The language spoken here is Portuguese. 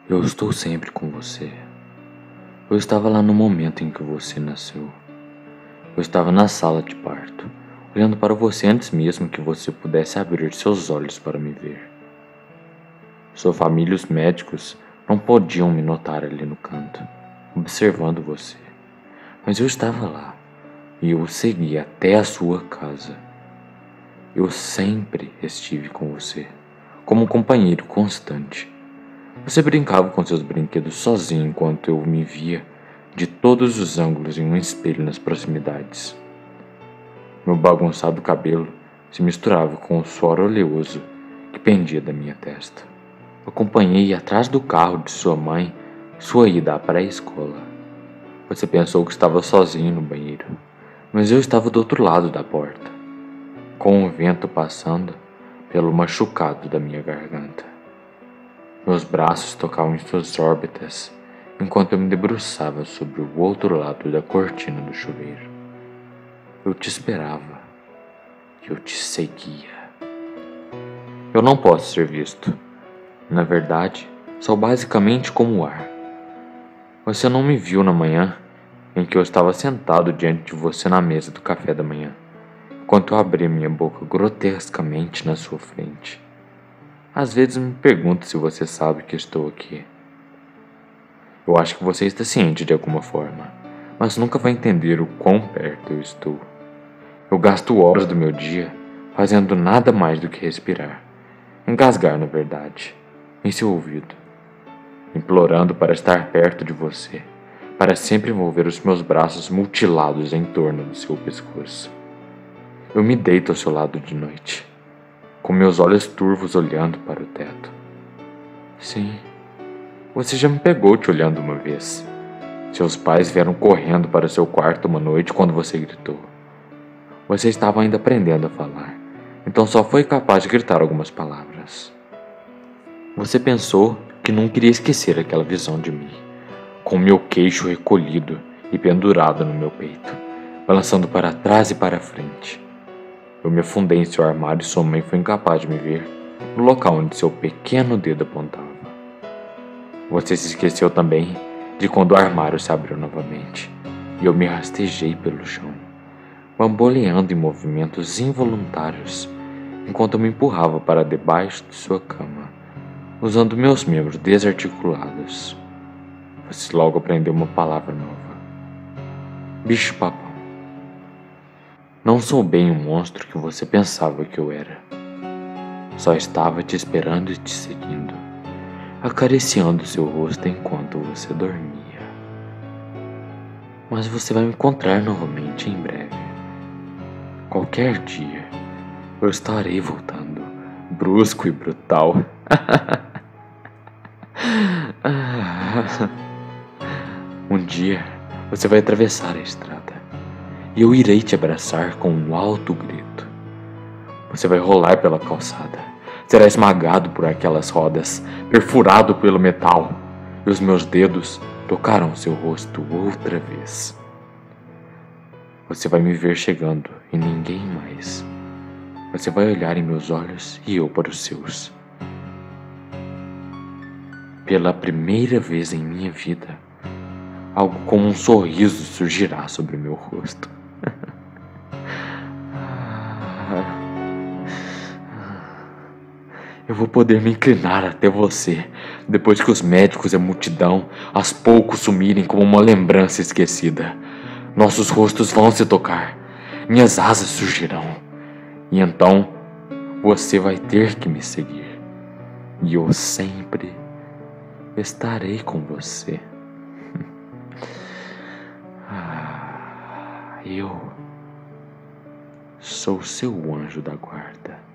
Eu estou sempre com você. Eu estava lá no momento em que você nasceu. Eu estava na sala de parto, olhando para você antes mesmo que você pudesse abrir seus olhos para me ver. Sua família e os médicos não podiam me notar ali no canto, observando você. Mas eu estava lá e eu o segui até a sua casa. Eu sempre estive com você, como um companheiro constante. Você brincava com seus brinquedos sozinho enquanto eu me via de todos os ângulos em um espelho nas proximidades. Meu bagunçado cabelo se misturava com o suor oleoso que pendia da minha testa. Acompanhei atrás do carro de sua mãe sua ida à pré-escola. Você pensou que estava sozinho no banheiro, mas eu estava do outro lado da porta, com o vento passando pelo machucado da minha garganta. Meus braços tocavam em suas órbitas enquanto eu me debruçava sobre o outro lado da cortina do chuveiro. Eu te esperava. Eu te seguia. Eu não posso ser visto. Na verdade, sou basicamente como o ar. Você não me viu na manhã em que eu estava sentado diante de você na mesa do café da manhã, enquanto eu abri minha boca grotescamente na sua frente. Às vezes me pergunto se você sabe que estou aqui. Eu acho que você está ciente de alguma forma, mas nunca vai entender o quão perto eu estou. Eu gasto horas do meu dia fazendo nada mais do que respirar, engasgar na verdade, em seu ouvido, implorando para estar perto de você, para sempre envolver os meus braços mutilados em torno do seu pescoço. Eu me deito ao seu lado de noite, com meus olhos turvos olhando para o teto. Sim, você já me pegou te olhando uma vez. Seus pais vieram correndo para seu quarto uma noite quando você gritou. Você estava ainda aprendendo a falar, então só foi capaz de gritar algumas palavras. Você pensou que não queria esquecer aquela visão de mim, com meu queixo recolhido e pendurado no meu peito, balançando para trás e para frente. Eu me afundei em seu armário e sua mãe foi incapaz de me ver no local onde seu pequeno dedo apontava. Você se esqueceu também de quando o armário se abriu novamente e eu me rastejei pelo chão, bamboleando em movimentos involuntários enquanto eu me empurrava para debaixo de sua cama, usando meus membros desarticulados. Você logo aprendeu uma palavra nova: bicho-papão. Não sou bem o monstro que você pensava que eu era. Só estava te esperando e te seguindo, acariciando seu rosto enquanto você dormia. Mas você vai me encontrar novamente em breve. Qualquer dia, eu estarei voltando, brusco e brutal. Um dia, você vai atravessar a estrada e eu irei te abraçar com um alto grito. Você vai rolar pela calçada, será esmagado por aquelas rodas, perfurado pelo metal, e os meus dedos tocarão seu rosto outra vez. Você vai me ver chegando e ninguém mais. Você vai olhar em meus olhos e eu para os seus. Pela primeira vez em minha vida, algo como um sorriso surgirá sobre meu rosto. Eu vou poder me inclinar até você, depois que os médicos e a multidão aos poucos sumirem como uma lembrança esquecida. Nossos rostos vão se tocar, minhas asas surgirão, e então você vai ter que me seguir, e eu sempre estarei com você. Eu sou seu anjo da guarda.